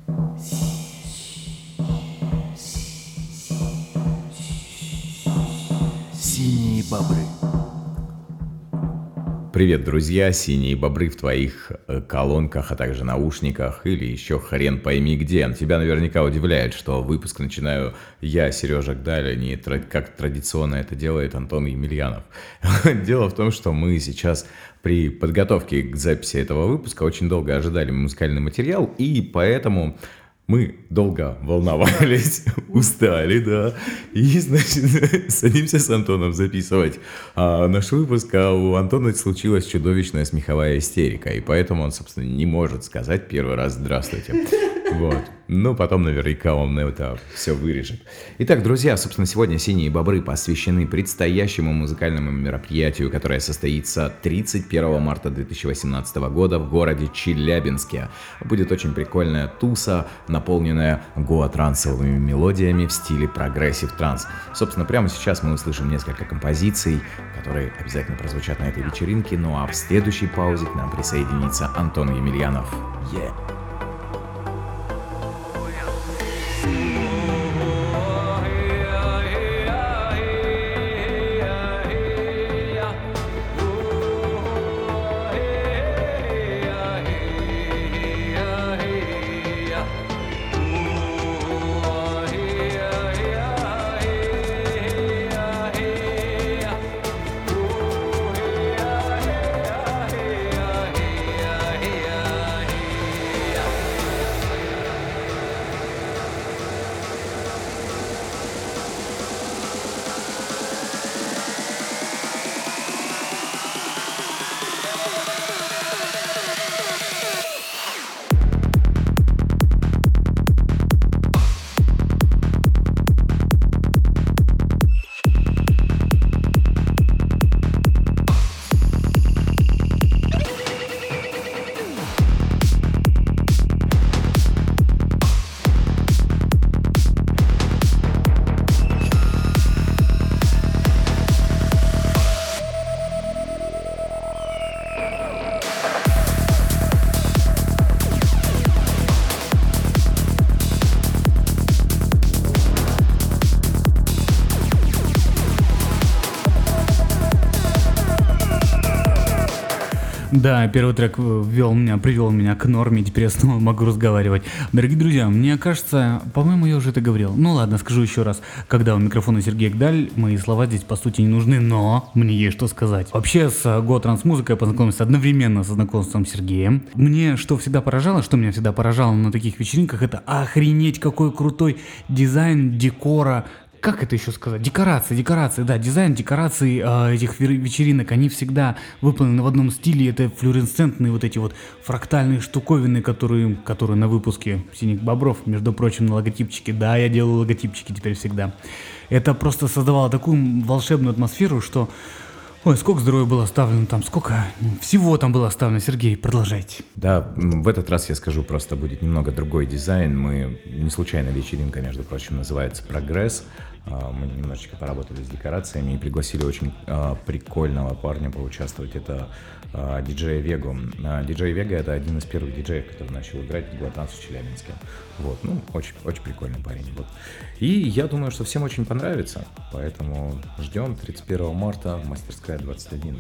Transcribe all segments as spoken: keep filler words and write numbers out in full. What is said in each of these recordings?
Синие бобры. Привет, друзья! Синие бобры в твоих колонках, а также наушниках или еще хрен пойми где. Тебя наверняка удивляет, что выпуск начинаю я, Сережа Гдаль, не как традиционно это делает Антон Емельянов. Дело в том, что мы сейчас при подготовке к записи этого выпуска очень долго ожидали музыкальный материал, и поэтому... Мы долго волновались, устали, да, и, значит, садимся с Антоном записывать а, наш выпуск, а у Антона случилась чудовищная смеховая истерика, и поэтому он, собственно, не может сказать первый раз «здравствуйте». Вот. Но потом наверняка он это все вырежет. Итак, друзья, собственно, сегодня «Синие бобры» посвящены предстоящему музыкальному мероприятию, которое состоится тридцать первого марта две тысячи восемнадцатого года в городе Челябинске. Будет очень прикольная туса, наполненная гоа-трансовыми мелодиями в стиле прогрессив транс. Собственно, прямо сейчас мы услышим несколько композиций, которые обязательно прозвучат на этой вечеринке, ну а в следующей паузе к нам присоединится Антон Емельянов. Yeah. Да, первый трек ввел меня, привел меня к норме, теперь я снова могу разговаривать. Дорогие друзья, мне кажется, по-моему, я уже это говорил. Ну ладно, скажу еще раз. Когда у микрофона Сергей Гдаль, мои слова здесь по сути не нужны, но мне есть что сказать. Вообще с гоа-транс-музыкой я познакомился одновременно со знакомством с Сергеем. Мне что всегда поражало, что меня всегда поражало на таких вечеринках, это охренеть какой крутой дизайн декора. Как это еще сказать? Декорации, декорации, да, дизайн декораций э, этих вечеринок, они всегда выполнены в одном стиле, это флуоресцентные вот эти вот фрактальные штуковины, которые, которые на выпуске «Синих бобров», между прочим, на логотипчике, да, я делаю логотипчики теперь всегда. Это просто создавало такую волшебную атмосферу, что... Ой, сколько здоровья было оставлено там, сколько всего там было оставлено. Сергей, продолжайте. Да, в этот раз я скажу, просто будет немного другой дизайн. Мы, не случайно вечеринка, между прочим, называется «Прогресс». Мы немножечко поработали с декорациями и пригласили очень а, прикольного парня поучаствовать. Это а, диджей Вегу. А, диджей Вега — это один из первых диджеев, который начал играть в гоа-транс в Челябинске. Вот, ну, очень, очень прикольный парень. Вот. И я думаю, что всем очень понравится, поэтому ждем тридцать первого марта в мастерская двадцать один.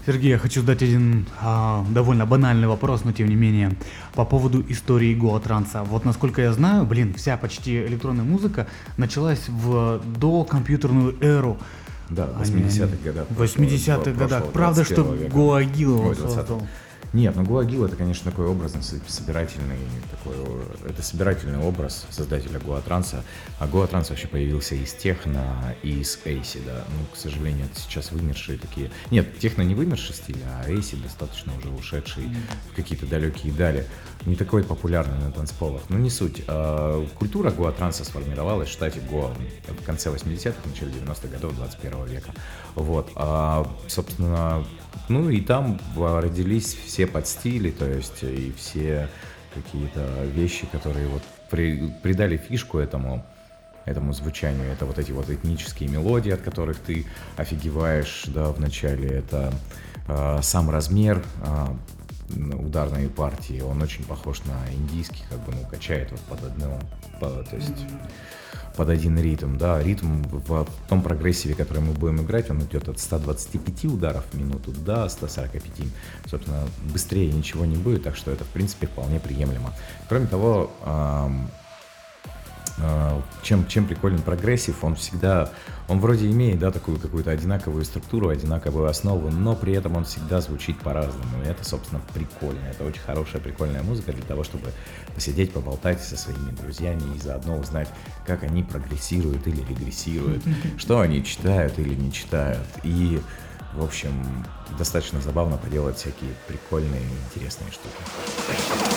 Сергей, я хочу задать один а, довольно банальный вопрос, но тем не менее, по поводу истории Гоа-транса. Вот насколько я знаю, блин, вся почти электронная музыка началась в докомпьютерную эру. Да, в восьмидесятых годах. В восьмидесятых годах. Правда, что Гоа Гил его создал? Нет, ну Гоа Гил это, конечно, такой образный, собирательный, такой, это собирательный образ создателя Гоа-транса. А Гоа-транс вообще появился из техно и из эйсида. Ну, к сожалению, это сейчас вымершие такие. Нет, техно не вымерший стиль, а эйсид достаточно уже ушедший в какие-то далекие дали. Не такой популярный на танцполах. Но не суть. А, культура Гоа-транса сформировалась в штате Гоа в конце восьмидесятых, начале девяностых годов двадцать первого века. Вот. А, собственно, ну и там родились все подстили, то есть и все какие-то вещи, которые вот при, придали фишку этому, этому звучанию. Это вот эти вот этнические мелодии, от которых ты офигеваешь, да, в начале. Это э, сам размер э, ударной партии, он очень похож на индийский, как бы, ну, качает вот под одно, по, то есть под один ритм, да, ритм в том прогрессиве, который мы будем играть, он идет от ста двадцати пяти ударов в минуту до ста сорока пяти, собственно, быстрее ничего не будет, так что это, в принципе, вполне приемлемо. Кроме того, эм, э, чем, чем приколен прогрессив, он всегда, он вроде имеет, да, такую какую-то одинаковую структуру, одинаковую основу, но при этом он всегда звучит по-разному, и это, собственно, прикольно, это очень хорошая, прикольная музыка для того, чтобы посидеть, поболтать со своими друзьями и заодно узнать, как они прогрессируют или регрессируют, что они читают или не читают. И, в общем, достаточно забавно поделать всякие прикольные, интересные штуки.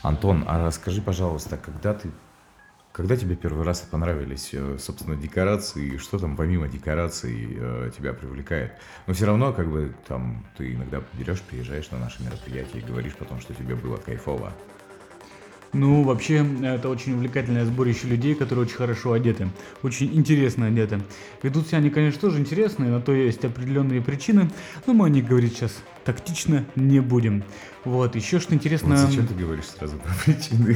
Антон, а расскажи, пожалуйста, когда ты, когда тебе первый раз понравились, э, собственно, декорации, что там помимо декораций э, тебя привлекает? Но все равно, как бы, там, ты иногда берешь, приезжаешь на наши мероприятия и говоришь потом, что тебе было кайфово. Ну, вообще, это очень увлекательное сборище людей, которые очень хорошо одеты, очень интересно одеты. Ведут себя они, конечно, тоже интересные, на то есть определенные причины, но мы о них говорить сейчас тактично не будем. Вот, еще что интересно... Вот зачем ты говоришь сразу про причины?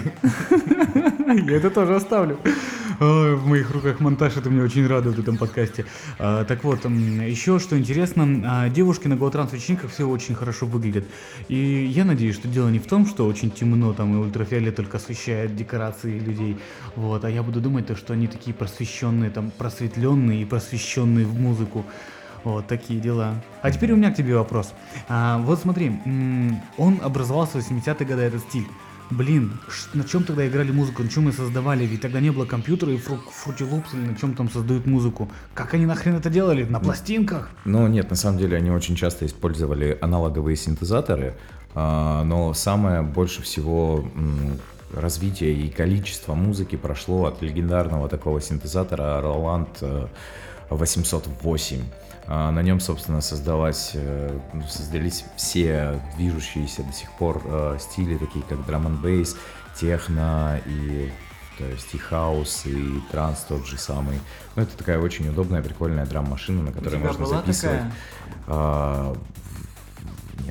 Я это тоже оставлю. В моих руках монтаж, это меня очень радует в этом подкасте. Так вот, еще что интересно, девушки на голотранс-вечеринках все очень хорошо выглядят. И я надеюсь, что дело не в том, что очень темно там и ультрафиолет только освещает декорации людей. Вот, а я буду думать, то, что они такие просвещенные, там, просветленные и просвещенные в музыку. Вот такие дела. А теперь у меня к тебе вопрос. А, вот смотри, м- он образовался в восьмидесятые годы, этот стиль. Блин, ш- на чем тогда играли музыку, на чем мы создавали? Ведь тогда не было компьютера и фру- Fruity Loops, или на чем там создают музыку. Как они нахрен это делали? На пластинках? Ну, нет, на самом деле они очень часто использовали аналоговые синтезаторы, а, но самое больше всего м, развитие и количество музыки прошло от легендарного такого синтезатора Roland э, восемьсот восемь. А, на нем, собственно, создалась, э, создались все движущиеся до сих пор э, стили, такие как драм н бейс, техно и, то есть, и хаус, и транс тот же самый. Ну, это такая очень удобная, прикольная драм-машина, на которой можно была записывать. такая? А, нет.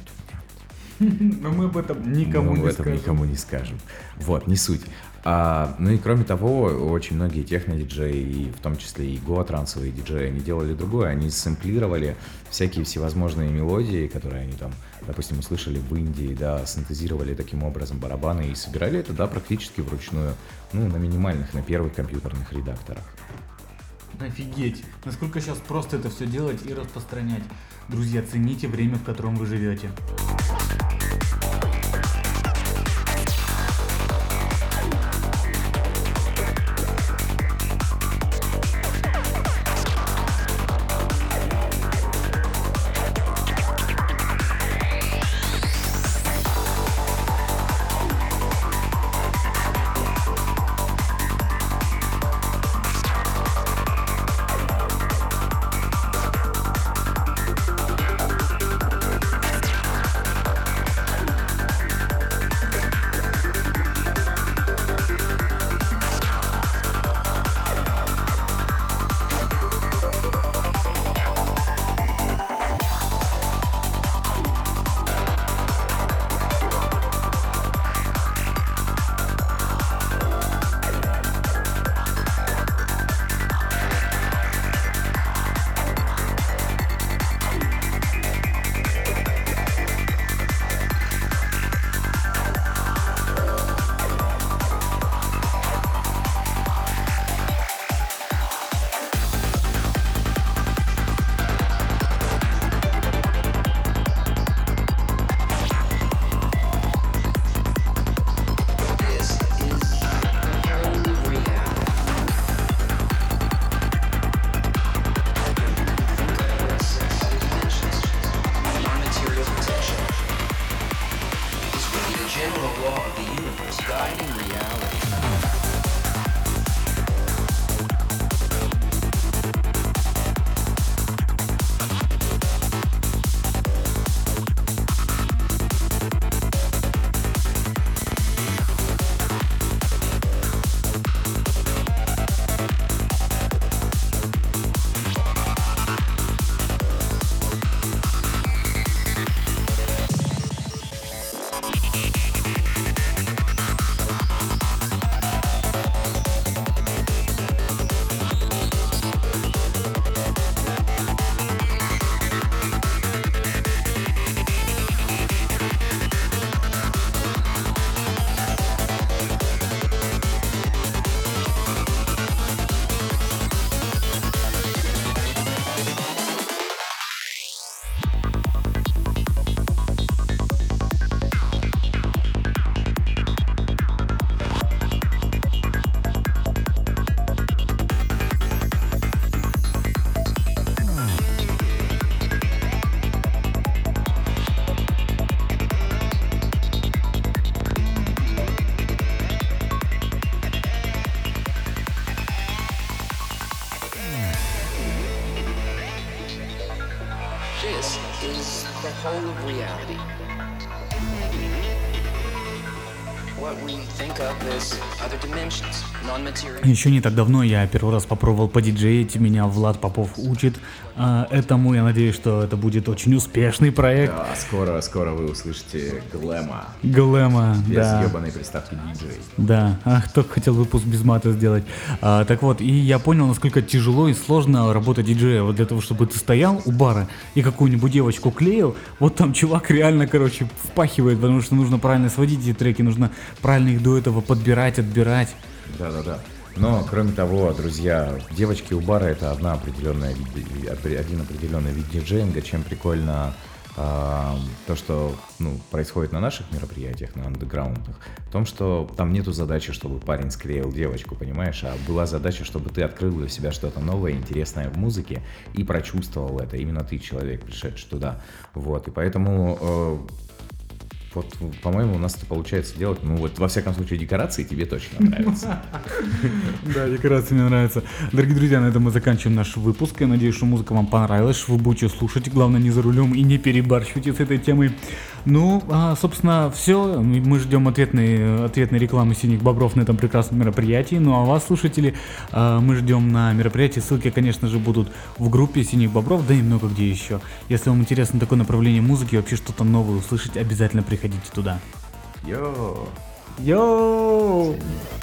Но мы об этом никому Мы не об этом скажем. никому не скажем. Вот, не суть. А, ну и кроме того, очень многие техно-диджеи, в том числе и гоа-трансовые диджеи, они делали другое. Они сэмплировали всякие всевозможные мелодии, которые они там, допустим, услышали в Индии, да, синтезировали таким образом барабаны и собирали это, да, практически вручную, ну, на минимальных, на первых компьютерных редакторах. Офигеть, насколько сейчас просто это все делать и распространять. Друзья, цените время, в котором вы живете. whole of reality. What we think of as other dimensions, non-material. Еще не так давно я первый раз попробовал подиджеить, меня Влад Попов учит а, этому, я надеюсь, что это будет очень успешный проект. Да, скоро, скоро вы услышите Глэма. Глэма, Без да. ебаной приставки диджей. Да, а кто хотел выпуск без мата сделать. А, так вот, и я понял, насколько тяжело и сложно работать диджея. Вот для того, чтобы ты стоял у бара и какую-нибудь девочку клеил, вот там чувак реально, короче, впахивает, потому что нужно правильно сводить эти треки, нужно правильно их до этого подбирать, отбирать. Да-да-да. Но, кроме того, друзья, девочки у бара — это одна определенная вид, один определенный вид диджеинга. Чем прикольно э, то, что ну, происходит на наших мероприятиях, на андеграундных, в том, что там нету задачи, чтобы парень склеил девочку, понимаешь, а была задача, чтобы ты открыл для себя что-то новое, интересное в музыке и прочувствовал это. Именно ты человек, пришедший туда. Вот, и поэтому... Э, Вот, по-моему, у нас это получается делать, ну вот, во всяком случае, декорации тебе точно нравятся. Да, декорации мне нравятся. Дорогие друзья, на этом мы заканчиваем наш выпуск. Я надеюсь, что музыка вам понравилась, что вы будете слушать. Главное, не за рулем и не перебарщивайте с этой темой. Ну, а, собственно, все. Мы ждем ответной, ответной рекламы «Синих бобров» на этом прекрасном мероприятии. Ну, а вас, слушатели, а, мы ждем на мероприятии. Ссылки, конечно же, будут в группе «Синих бобров», да и много где еще. Если вам интересно такое направление музыки, вообще что-то новое услышать, обязательно приходите туда. Йоу! Йоу!